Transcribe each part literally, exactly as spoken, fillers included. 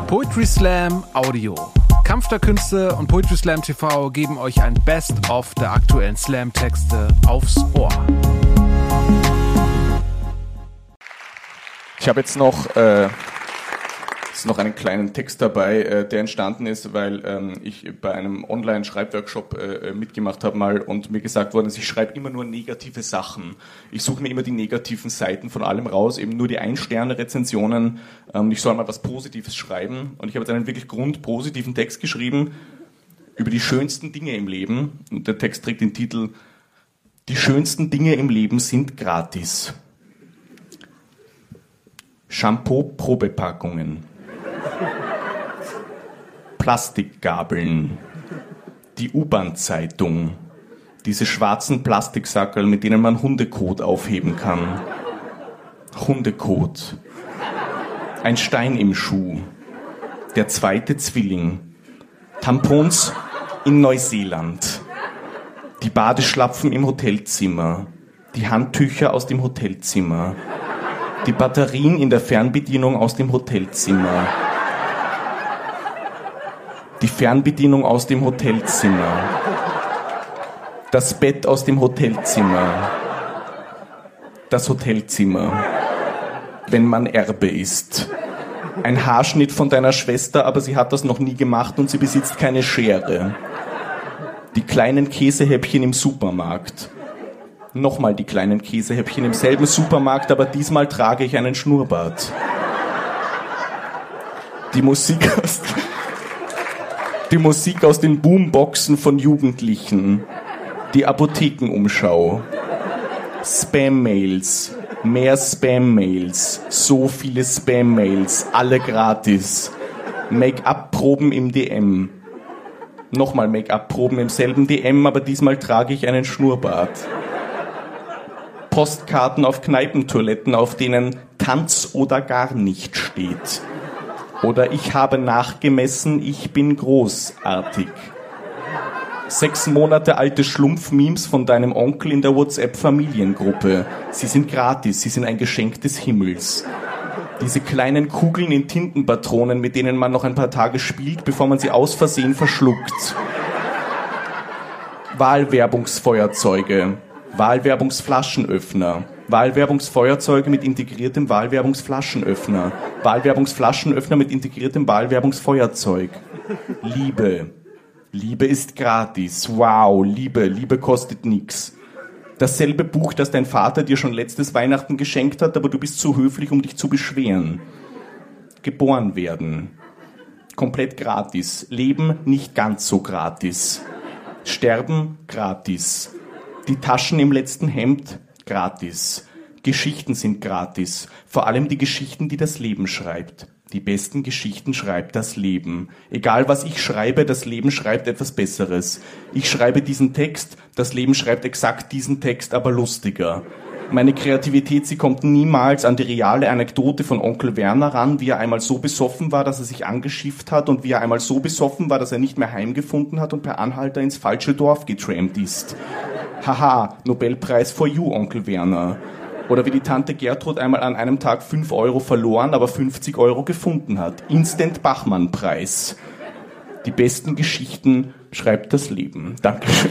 Poetry Slam Audio. Kampf der Künste und Poetry Slam T V geben euch ein Best-of der aktuellen Slam-Texte aufs Ohr. Ich habe jetzt noch, äh, jetzt noch einen kleinen Text dabei, äh, der entstanden ist, weil ähm, ich bei einem Online-Schreibworkshop äh, mitgemacht habe mal und mir gesagt worden ist, ich schreibe immer nur negative Sachen. Ich suche mir immer die negativen Seiten von allem raus, eben nur die Ein-Sterne-Rezensionen. Ähm, ich soll mal was Positives schreiben und ich habe jetzt einen wirklich grundpositiven Text geschrieben über die schönsten Dinge im Leben. Und der Text trägt den Titel Die schönsten Dinge im Leben sind gratis. Shampoo-Probepackungen, Plastikgabeln, die U-Bahn-Zeitung, diese schwarzen Plastiksackerl, mit denen man Hundekot aufheben kann, Hundekot, ein Stein im Schuh, der zweite Zwilling, Tampons in Neuseeland, die Badeschlapfen im Hotelzimmer, die Handtücher aus dem Hotelzimmer, die Batterien in der Fernbedienung aus dem Hotelzimmer. Die Fernbedienung aus dem Hotelzimmer. Das Bett aus dem Hotelzimmer. Das Hotelzimmer. Wenn man Erbe ist. Ein Haarschnitt von deiner Schwester, aber sie hat das noch nie gemacht und sie besitzt keine Schere. Die kleinen Käsehäppchen im Supermarkt. Nochmal die kleinen Käsehäppchen im selben Supermarkt, aber diesmal trage ich einen Schnurrbart. Die Musik aus, die Musik aus den Boomboxen von Jugendlichen. Die Apothekenumschau. Spam-Mails. Mehr Spam-Mails. So viele Spam-Mails. Alle gratis. Make-up-Proben im D M. Nochmal Make-up-Proben im selben D M, aber diesmal trage ich einen Schnurrbart. Postkarten auf Kneipentoiletten, auf denen Tanz oder gar nicht steht. Oder ich habe nachgemessen, ich bin großartig. Sechs Monate alte Schlumpf-Memes von deinem Onkel in der WhatsApp-Familiengruppe. Sie sind gratis, sie sind ein Geschenk des Himmels. Diese kleinen Kugeln in Tintenpatronen, mit denen man noch ein paar Tage spielt, bevor man sie aus Versehen verschluckt. Wahlwerbungsfeuerzeuge. Wahlwerbungsflaschenöffner, Wahlwerbungsfeuerzeuge mit integriertem Wahlwerbungsflaschenöffner, Wahlwerbungsflaschenöffner mit integriertem Wahlwerbungsfeuerzeug. Liebe. Liebe ist gratis. Wow, Liebe. Liebe kostet nix. Dasselbe Buch, das dein Vater dir schon letztes Weihnachten geschenkt hat, aber du bist zu höflich, um dich zu beschweren. Geboren werden. Komplett gratis. Leben nicht ganz so gratis. Sterben gratis. Die Taschen im letzten Hemd, gratis. Geschichten sind gratis. Vor allem die Geschichten, die das Leben schreibt. Die besten Geschichten schreibt das Leben. Egal was ich schreibe, das Leben schreibt etwas Besseres. Ich schreibe diesen Text, das Leben schreibt exakt diesen Text, aber lustiger. Meine Kreativität, sie kommt niemals an die reale Anekdote von Onkel Werner ran, wie er einmal so besoffen war, dass er sich angeschifft hat und wie er einmal so besoffen war, dass er nicht mehr heimgefunden hat und per Anhalter ins falsche Dorf getrampt ist. Haha, Nobelpreis for you, Onkel Werner. Oder wie die Tante Gertrud einmal an einem Tag fünf Euro verloren, aber fünfzig Euro gefunden hat. Instant Bachmann-Preis. Die besten Geschichten schreibt das Leben. Dankeschön.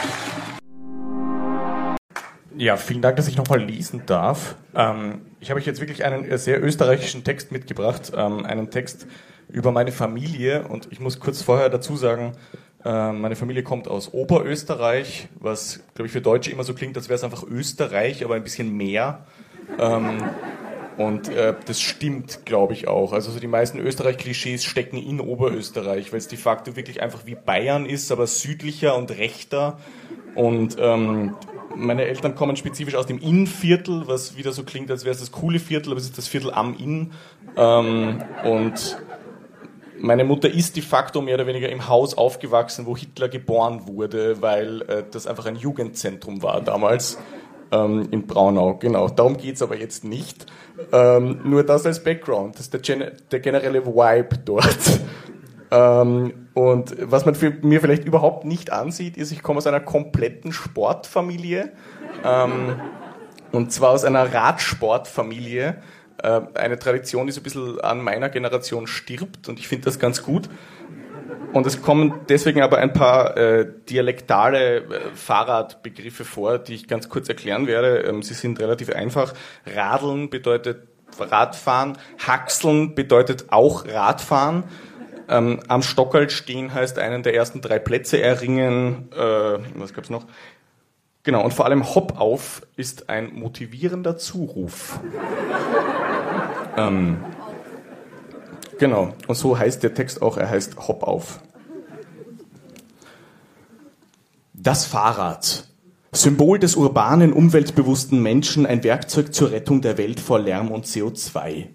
Ja, vielen Dank, dass ich nochmal lesen darf. Ähm, ich habe euch jetzt wirklich einen sehr österreichischen Text mitgebracht. Ähm, einen Text über meine Familie. Und ich muss kurz vorher dazu sagen, meine Familie kommt aus Oberösterreich, was, glaube ich, für Deutsche immer so klingt, als wäre es einfach Österreich, aber ein bisschen mehr. Ähm, und äh, das stimmt, glaube ich, auch. Also so die meisten Österreich-Klischees stecken in Oberösterreich, weil es de facto wirklich einfach wie Bayern ist, aber südlicher und rechter. Und ähm, meine Eltern kommen spezifisch aus dem Innviertel, was wieder so klingt, als wäre es das coole Viertel, aber es ist das Viertel am Inn. Ähm, und meine Mutter ist de facto mehr oder weniger im Haus aufgewachsen, wo Hitler geboren wurde, weil äh, das einfach ein Jugendzentrum war damals ähm, in Braunau. Genau, darum geht's aber jetzt nicht. Ähm, nur das als Background, das ist der, gen- der generelle Vibe dort. ähm, und was man für mir vielleicht überhaupt nicht ansieht, ist, ich komme aus einer kompletten Sportfamilie. Ähm, und zwar aus einer Radsportfamilie. Äh, eine Tradition, die so ein bisschen an meiner Generation stirbt und ich finde das ganz gut. Und es kommen deswegen aber ein paar äh, dialektale äh, Fahrradbegriffe vor, die ich ganz kurz erklären werde. Ähm, sie sind relativ einfach. Radeln bedeutet Radfahren, Haxeln bedeutet auch Radfahren. Ähm, am Stockerl stehen heißt einen der ersten drei Plätze erringen. Äh, was gab's noch? Genau, und vor allem Hopp auf ist ein motivierender Zuruf. ähm, genau, und so heißt der Text auch, er heißt Hopp auf. Das Fahrrad. Symbol des urbanen, umweltbewussten Menschen, ein Werkzeug zur Rettung der Welt vor Lärm und C O zwei.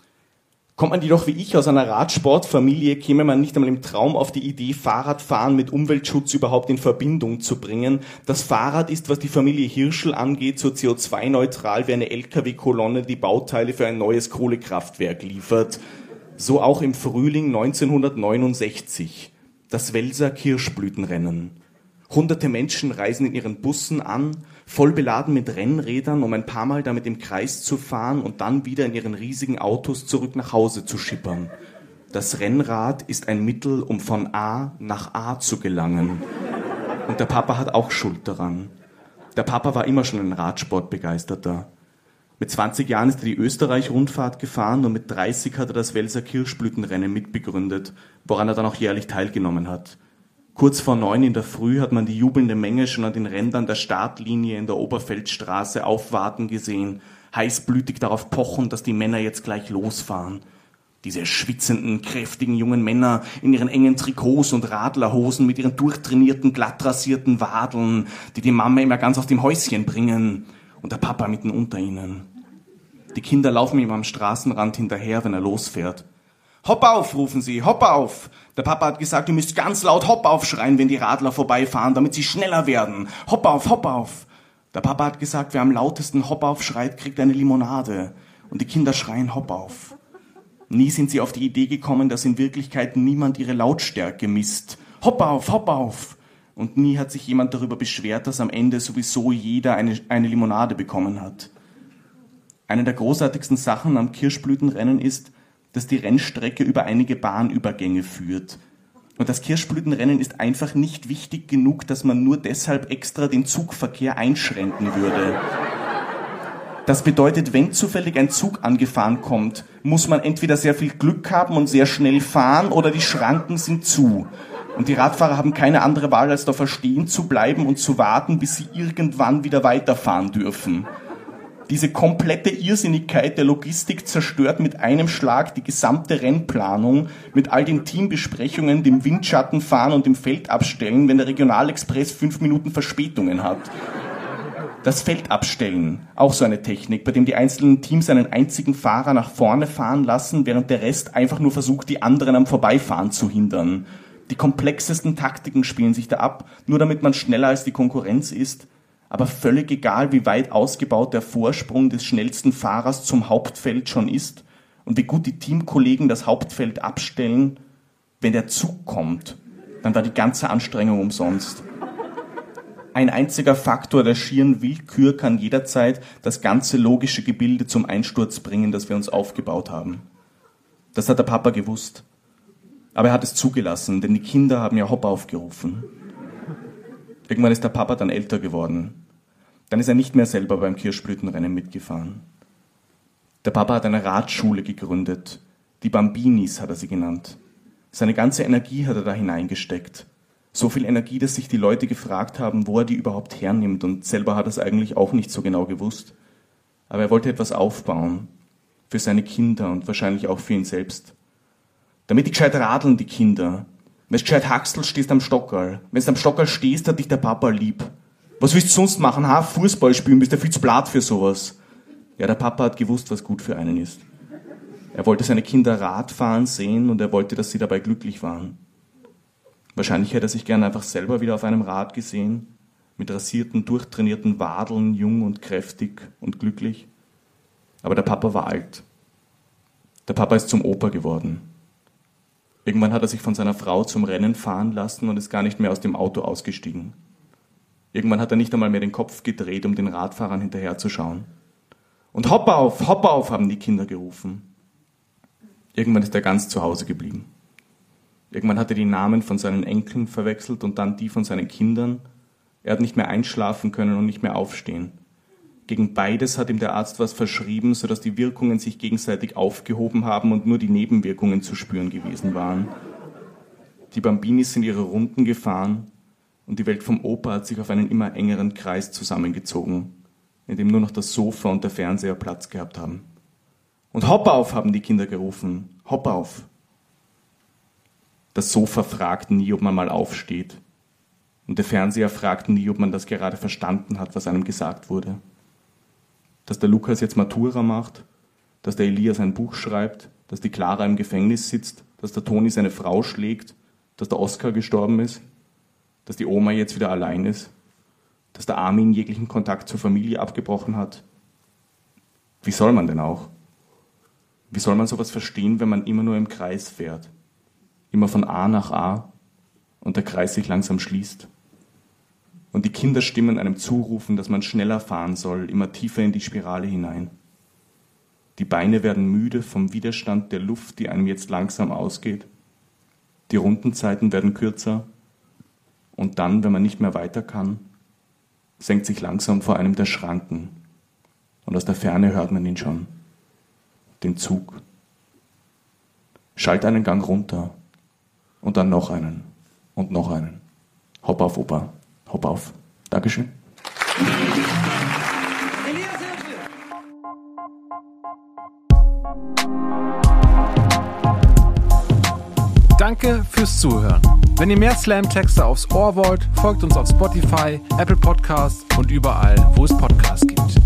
Kommt man jedoch wie ich aus einer Radsportfamilie, käme man nicht einmal im Traum auf die Idee, Fahrradfahren mit Umweltschutz überhaupt in Verbindung zu bringen. Das Fahrrad ist, was die Familie Hirschl angeht, so C O zwei neutral wie eine L K W-Kolonne, die Bauteile für ein neues Kohlekraftwerk liefert. So auch im Frühling neunzehnhundertneunundsechzig. Das Welser Kirschblütenrennen. Hunderte Menschen reisen in ihren Bussen an, voll beladen mit Rennrädern, um ein paar Mal damit im Kreis zu fahren und dann wieder in ihren riesigen Autos zurück nach Hause zu schippern. Das Rennrad ist ein Mittel, um von A nach A zu gelangen. Und der Papa hat auch Schuld daran. Der Papa war immer schon ein Radsportbegeisterter. Mit zwanzig Jahren ist er die Österreich-Rundfahrt gefahren und mit dreißig hat er das Welser Kirschblütenrennen mitbegründet, woran er dann auch jährlich teilgenommen hat. Kurz vor neun in der Früh hat man die jubelnde Menge schon an den Rändern der Startlinie in der Oberfeldstraße aufwarten gesehen, heißblütig darauf pochen, dass die Männer jetzt gleich losfahren. Diese schwitzenden, kräftigen jungen Männer in ihren engen Trikots und Radlerhosen mit ihren durchtrainierten, glattrasierten Wadeln, die die Mama immer ganz aus dem Häuschen bringen und der Papa mitten unter ihnen. Die Kinder laufen ihm am Straßenrand hinterher, wenn er losfährt. Hopp auf, rufen sie, hopp auf! Der Papa hat gesagt, ihr müsst ganz laut hopp auf schreien, wenn die Radler vorbeifahren, damit sie schneller werden. Hopp auf, hopp auf! Der Papa hat gesagt, wer am lautesten hopp auf schreit, kriegt eine Limonade. Und die Kinder schreien hopp auf. Nie sind sie auf die Idee gekommen, dass in Wirklichkeit niemand ihre Lautstärke misst. Hopp auf, hopp auf! Und nie hat sich jemand darüber beschwert, dass am Ende sowieso jeder eine, eine Limonade bekommen hat. Eine der großartigsten Sachen am Kirschblütenrennen ist, dass die Rennstrecke über einige Bahnübergänge führt. Und das Kirschblütenrennen ist einfach nicht wichtig genug, dass man nur deshalb extra den Zugverkehr einschränken würde. Das bedeutet, wenn zufällig ein Zug angefahren kommt, muss man entweder sehr viel Glück haben und sehr schnell fahren oder die Schranken sind zu. Und die Radfahrer haben keine andere Wahl, als da stehen zu bleiben und zu warten, bis sie irgendwann wieder weiterfahren dürfen. Diese komplette Irrsinnigkeit der Logistik zerstört mit einem Schlag die gesamte Rennplanung, mit all den Teambesprechungen, dem Windschattenfahren und dem Feldabstellen, wenn der Regionalexpress fünf Minuten Verspätungen hat. Das Feldabstellen, auch so eine Technik, bei dem die einzelnen Teams einen einzigen Fahrer nach vorne fahren lassen, während der Rest einfach nur versucht, die anderen am Vorbeifahren zu hindern. Die komplexesten Taktiken spielen sich da ab, nur damit man schneller als die Konkurrenz ist. Aber völlig egal, wie weit ausgebaut der Vorsprung des schnellsten Fahrers zum Hauptfeld schon ist und wie gut die Teamkollegen das Hauptfeld abstellen, wenn der Zug kommt, dann war die ganze Anstrengung umsonst. Ein einziger Faktor der schieren Willkür kann jederzeit das ganze logische Gebilde zum Einsturz bringen, das wir uns aufgebaut haben. Das hat der Papa gewusst. Aber er hat es zugelassen, denn die Kinder haben ja Hopp aufgerufen. Irgendwann ist der Papa dann älter geworden. Dann ist er nicht mehr selber beim Kirschblütenrennen mitgefahren. Der Papa hat eine Radschule gegründet. Die Bambinis hat er sie genannt. Seine ganze Energie hat er da hineingesteckt. So viel Energie, dass sich die Leute gefragt haben, wo er die überhaupt hernimmt. Und selber hat er es eigentlich auch nicht so genau gewusst. Aber er wollte etwas aufbauen. Für seine Kinder und wahrscheinlich auch für ihn selbst. Damit die gescheit radeln, die Kinder. Wenn du gescheit haxelst, stehst du am Stockerl. Wenn du am Stockerl stehst, hat dich der Papa lieb. Was willst du sonst machen? Ha, Fußball spielen, bist du viel zu blatt für sowas. Ja, der Papa hat gewusst, was gut für einen ist. Er wollte seine Kinder Radfahren sehen und er wollte, dass sie dabei glücklich waren. Wahrscheinlich hätte er sich gern einfach selber wieder auf einem Rad gesehen, mit rasierten, durchtrainierten Wadeln, jung und kräftig und glücklich. Aber der Papa war alt. Der Papa ist zum Opa geworden. Irgendwann hat er sich von seiner Frau zum Rennen fahren lassen und ist gar nicht mehr aus dem Auto ausgestiegen. Irgendwann hat er nicht einmal mehr den Kopf gedreht, um den Radfahrern hinterherzuschauen. Und hopp auf, hopp auf, haben die Kinder gerufen. Irgendwann ist er ganz zu Hause geblieben. Irgendwann hat er die Namen von seinen Enkeln verwechselt und dann die von seinen Kindern. Er hat nicht mehr einschlafen können und nicht mehr aufstehen. Gegen beides hat ihm der Arzt was verschrieben, sodass die Wirkungen sich gegenseitig aufgehoben haben und nur die Nebenwirkungen zu spüren gewesen waren. Die Bambinis sind ihre Runden gefahren und die Welt vom Opa hat sich auf einen immer engeren Kreis zusammengezogen, in dem nur noch das Sofa und der Fernseher Platz gehabt haben. Und hopp auf, haben die Kinder gerufen, hopp auf. Das Sofa fragt nie, ob man mal aufsteht. Und der Fernseher fragt nie, ob man das gerade verstanden hat, was einem gesagt wurde. Dass der Lukas jetzt Matura macht, dass der Elias ein Buch schreibt, dass die Clara im Gefängnis sitzt, dass der Toni seine Frau schlägt, dass der Oskar gestorben ist, dass die Oma jetzt wieder allein ist, dass der Armin jeglichen Kontakt zur Familie abgebrochen hat. Wie soll man denn auch? Wie soll man sowas verstehen, wenn man immer nur im Kreis fährt? Immer von A nach A und der Kreis sich langsam schließt. Und die Kinderstimmen einem zurufen, dass man schneller fahren soll, immer tiefer in die Spirale hinein. Die Beine werden müde vom Widerstand der Luft, die einem jetzt langsam ausgeht. Die Rundenzeiten werden kürzer. Und dann, wenn man nicht mehr weiter kann, senkt sich langsam vor einem der Schranken. Und aus der Ferne hört man ihn schon. Den Zug. Schalt einen Gang runter. Und dann noch einen. Und noch einen. Hopp auf, Opa. Hopp auf. Dankeschön. Danke fürs Zuhören. Wenn ihr mehr Slam-Texte aufs Ohr wollt, folgt uns auf Spotify, Apple Podcasts und überall, wo es Podcasts gibt.